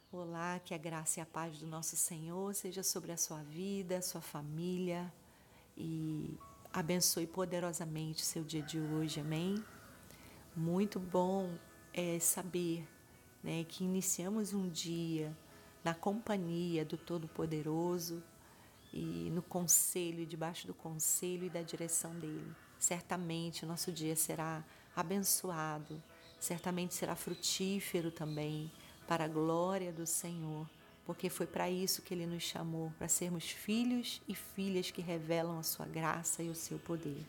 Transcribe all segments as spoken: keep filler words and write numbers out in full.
Olá, que a graça e a paz do nosso Senhor seja sobre a sua vida, sua família e abençoe poderosamente o seu dia de hoje, amém? Muito bom é saber, né, que iniciamos um dia na companhia do Todo-Poderoso e no conselho, debaixo do conselho e da direção dele. Certamente o nosso dia será abençoado, certamente será frutífero também, para a glória do Senhor, porque foi para isso que ele nos chamou, para sermos filhos e filhas que revelam a sua graça e o seu poder.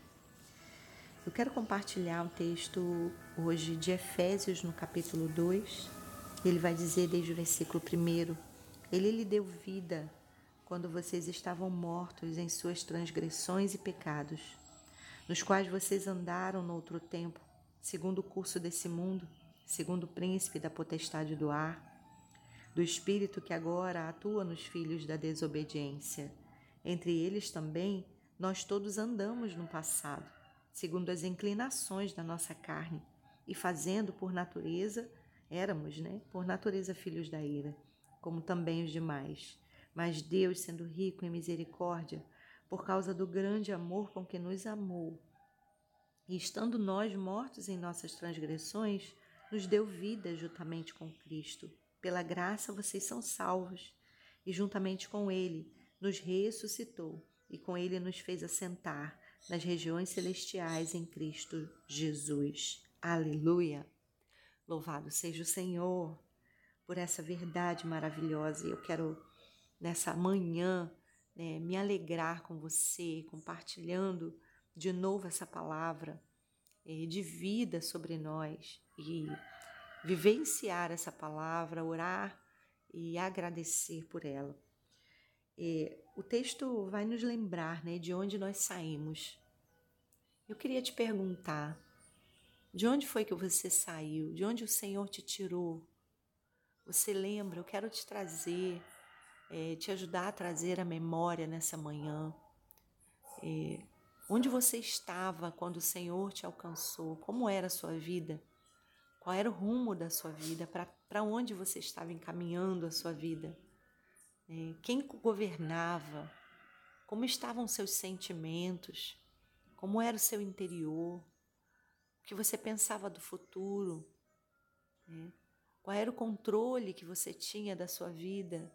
Eu quero compartilhar um texto hoje de Efésios, no capítulo dois. Ele vai dizer desde o versículo primeiro: Ele lhe deu vida quando vocês estavam mortos em suas transgressões e pecados, nos quais vocês andaram no outro tempo, segundo o curso desse mundo, segundo o príncipe da potestade do ar, do espírito que agora atua nos filhos da desobediência. Entre eles também nós todos andamos no passado, segundo as inclinações da nossa carne, e fazendo por natureza, éramos, né, por natureza filhos da ira, como também os demais. Mas Deus, sendo rico em misericórdia, por causa do grande amor com que nos amou, e estando nós mortos em nossas transgressões, nos deu vida juntamente com Cristo. Pela graça vocês são salvos, e juntamente com Ele nos ressuscitou, e com Ele nos fez assentar nas regiões celestiais em Cristo Jesus. Aleluia! Louvado seja o Senhor por essa verdade maravilhosa. E eu quero, nessa manhã, né, me alegrar com você, compartilhando de novo essa palavra eh, de vida sobre nós e vivenciar essa palavra, orar e agradecer por ela. Eh, o texto vai nos lembrar, né, de onde nós saímos. Eu queria te perguntar, de onde foi que você saiu? De onde o Senhor te tirou? Você lembra? Eu quero te trazer, eh, te ajudar a trazer a memória nessa manhã. Eh, onde você estava quando o Senhor te alcançou? Como era a sua vida? Qual era o rumo da sua vida? Para onde você estava encaminhando a sua vida? É, quem governava? Como estavam seus sentimentos? Como era o seu interior? O que você pensava do futuro? Né? Qual era o controle que você tinha da sua vida?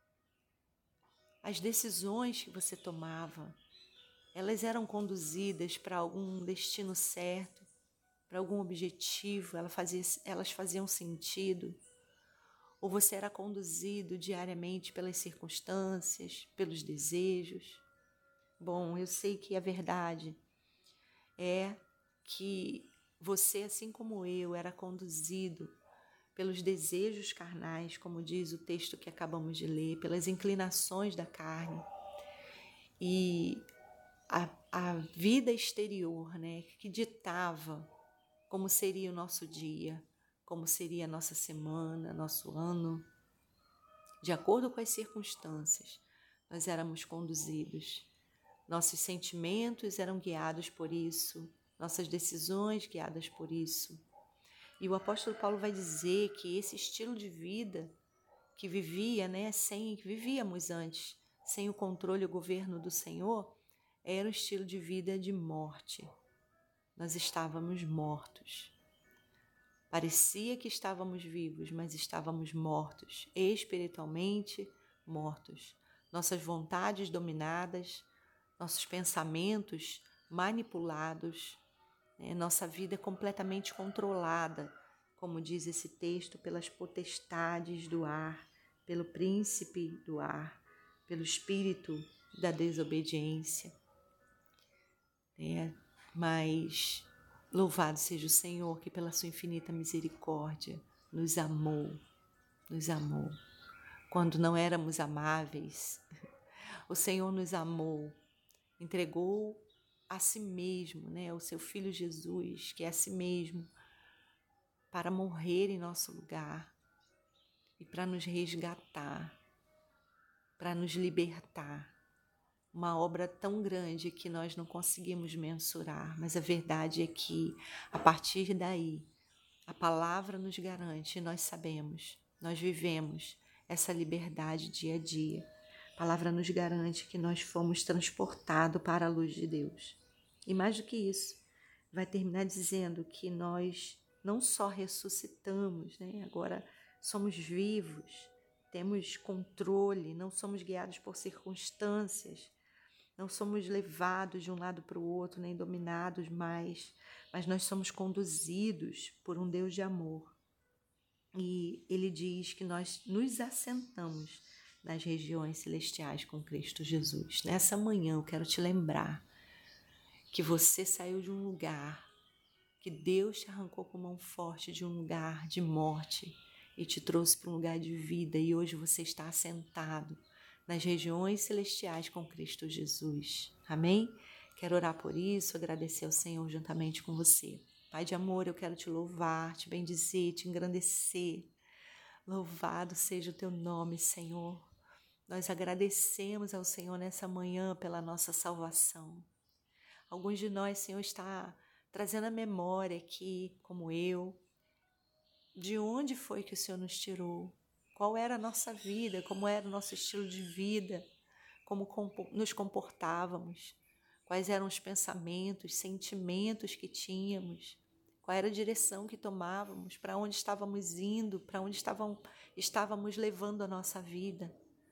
As decisões que você tomava, elas eram conduzidas para algum destino certo, para algum objetivo, elas faziam, elas faziam sentido? Ou você era conduzido diariamente pelas circunstâncias, pelos desejos? Bom, eu sei que a verdade é que você, assim como eu, era conduzido pelos desejos carnais, como diz o texto que acabamos de ler, pelas inclinações da carne. E a, a vida exterior, né, que ditava como seria o nosso dia, como seria a nossa semana, nosso ano. De acordo com as circunstâncias, nós éramos conduzidos. Nossos sentimentos eram guiados por isso, nossas decisões guiadas por isso. E o apóstolo Paulo vai dizer que esse estilo de vida que vivia, né, sem, que vivíamos antes, sem o controle e o governo do Senhor, era um estilo de vida de morte. Nós estávamos mortos. Parecia que estávamos vivos, mas estávamos mortos, espiritualmente mortos. Nossas vontades dominadas, nossos pensamentos manipulados, né? Nossa vida completamente controlada, como diz esse texto, pelas potestades do ar, pelo príncipe do ar, pelo espírito da desobediência. É, mas louvado seja o Senhor que pela sua infinita misericórdia nos amou, nos amou. Quando não éramos amáveis, o Senhor nos amou, entregou a si mesmo, né, o seu Filho Jesus, que é a si mesmo, para morrer em nosso lugar e para nos resgatar, para nos libertar. Uma obra tão grande que nós não conseguimos mensurar, mas a verdade é que, a partir daí, a palavra nos garante, nós sabemos, nós vivemos essa liberdade dia a dia. A palavra nos garante que nós fomos transportados para a luz de Deus. E mais do que isso, vai terminar dizendo que nós não só ressuscitamos, né? Agora somos vivos, temos controle, não somos guiados por circunstâncias, não somos levados de um lado para o outro, nem dominados mais, mas nós somos conduzidos por um Deus de amor. E ele diz que nós nos assentamos nas regiões celestiais com Cristo Jesus. Nessa manhã eu quero te lembrar que você saiu de um lugar, que Deus te arrancou com mão forte de um lugar de morte e te trouxe para um lugar de vida, e hoje você está assentado nas regiões celestiais com Cristo Jesus. Amém? Quero orar por isso, agradecer ao Senhor juntamente com você. Pai de amor, eu quero te louvar, te bendizer, te engrandecer. Louvado seja o teu nome, Senhor. Nós agradecemos ao Senhor nessa manhã pela nossa salvação. Alguns de nós, Senhor, está trazendo a memória aqui, como eu, de onde foi que o Senhor nos tirou, qual era a nossa vida, como era o nosso estilo de vida, como nos comportávamos, quais eram os pensamentos, sentimentos que tínhamos, qual era a direção que tomávamos, para onde estávamos indo, para onde estavam, estávamos levando a nossa vida.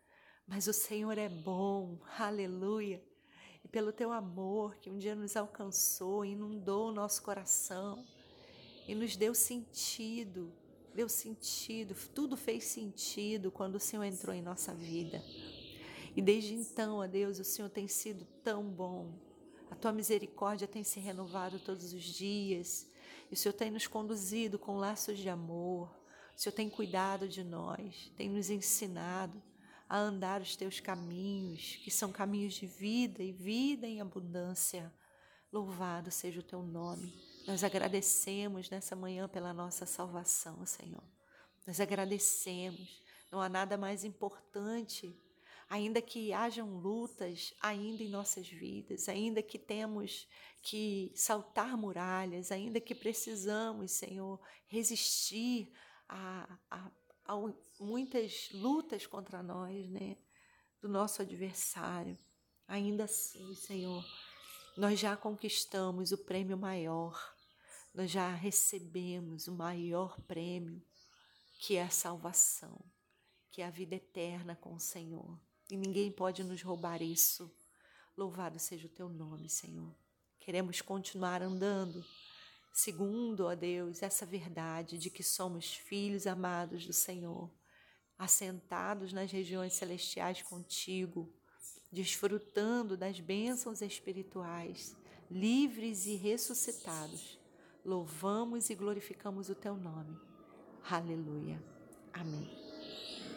Mas o Senhor é bom, aleluia, e pelo teu amor que um dia nos alcançou, inundou o nosso coração e nos deu sentido, deu sentido, tudo fez sentido quando o Senhor entrou em nossa vida. E desde então, ó Deus, o Senhor tem sido tão bom, a tua misericórdia tem se renovado todos os dias, e o Senhor tem nos conduzido com laços de amor, o Senhor tem cuidado de nós, tem nos ensinado a andar os teus caminhos, que são caminhos de vida e vida em abundância. Louvado seja o teu nome. Nós agradecemos nessa manhã pela nossa salvação, Senhor. Nós agradecemos. Não há nada mais importante, ainda que hajam lutas ainda em nossas vidas, ainda que temos que saltar muralhas, ainda que precisamos, Senhor, resistir a, a, a muitas lutas contra nós, né, do nosso adversário. Ainda assim, Senhor, nós já conquistamos o prêmio maior, nós já recebemos o maior prêmio, que é a salvação, que é a vida eterna com o Senhor. E ninguém pode nos roubar isso. Louvado seja o teu nome, Senhor. Queremos continuar andando segundo, ó Deus, essa verdade de que somos filhos amados do Senhor, assentados nas regiões celestiais contigo, desfrutando das bênçãos espirituais, livres e ressuscitados. Louvamos e glorificamos o teu nome. Aleluia. Amém.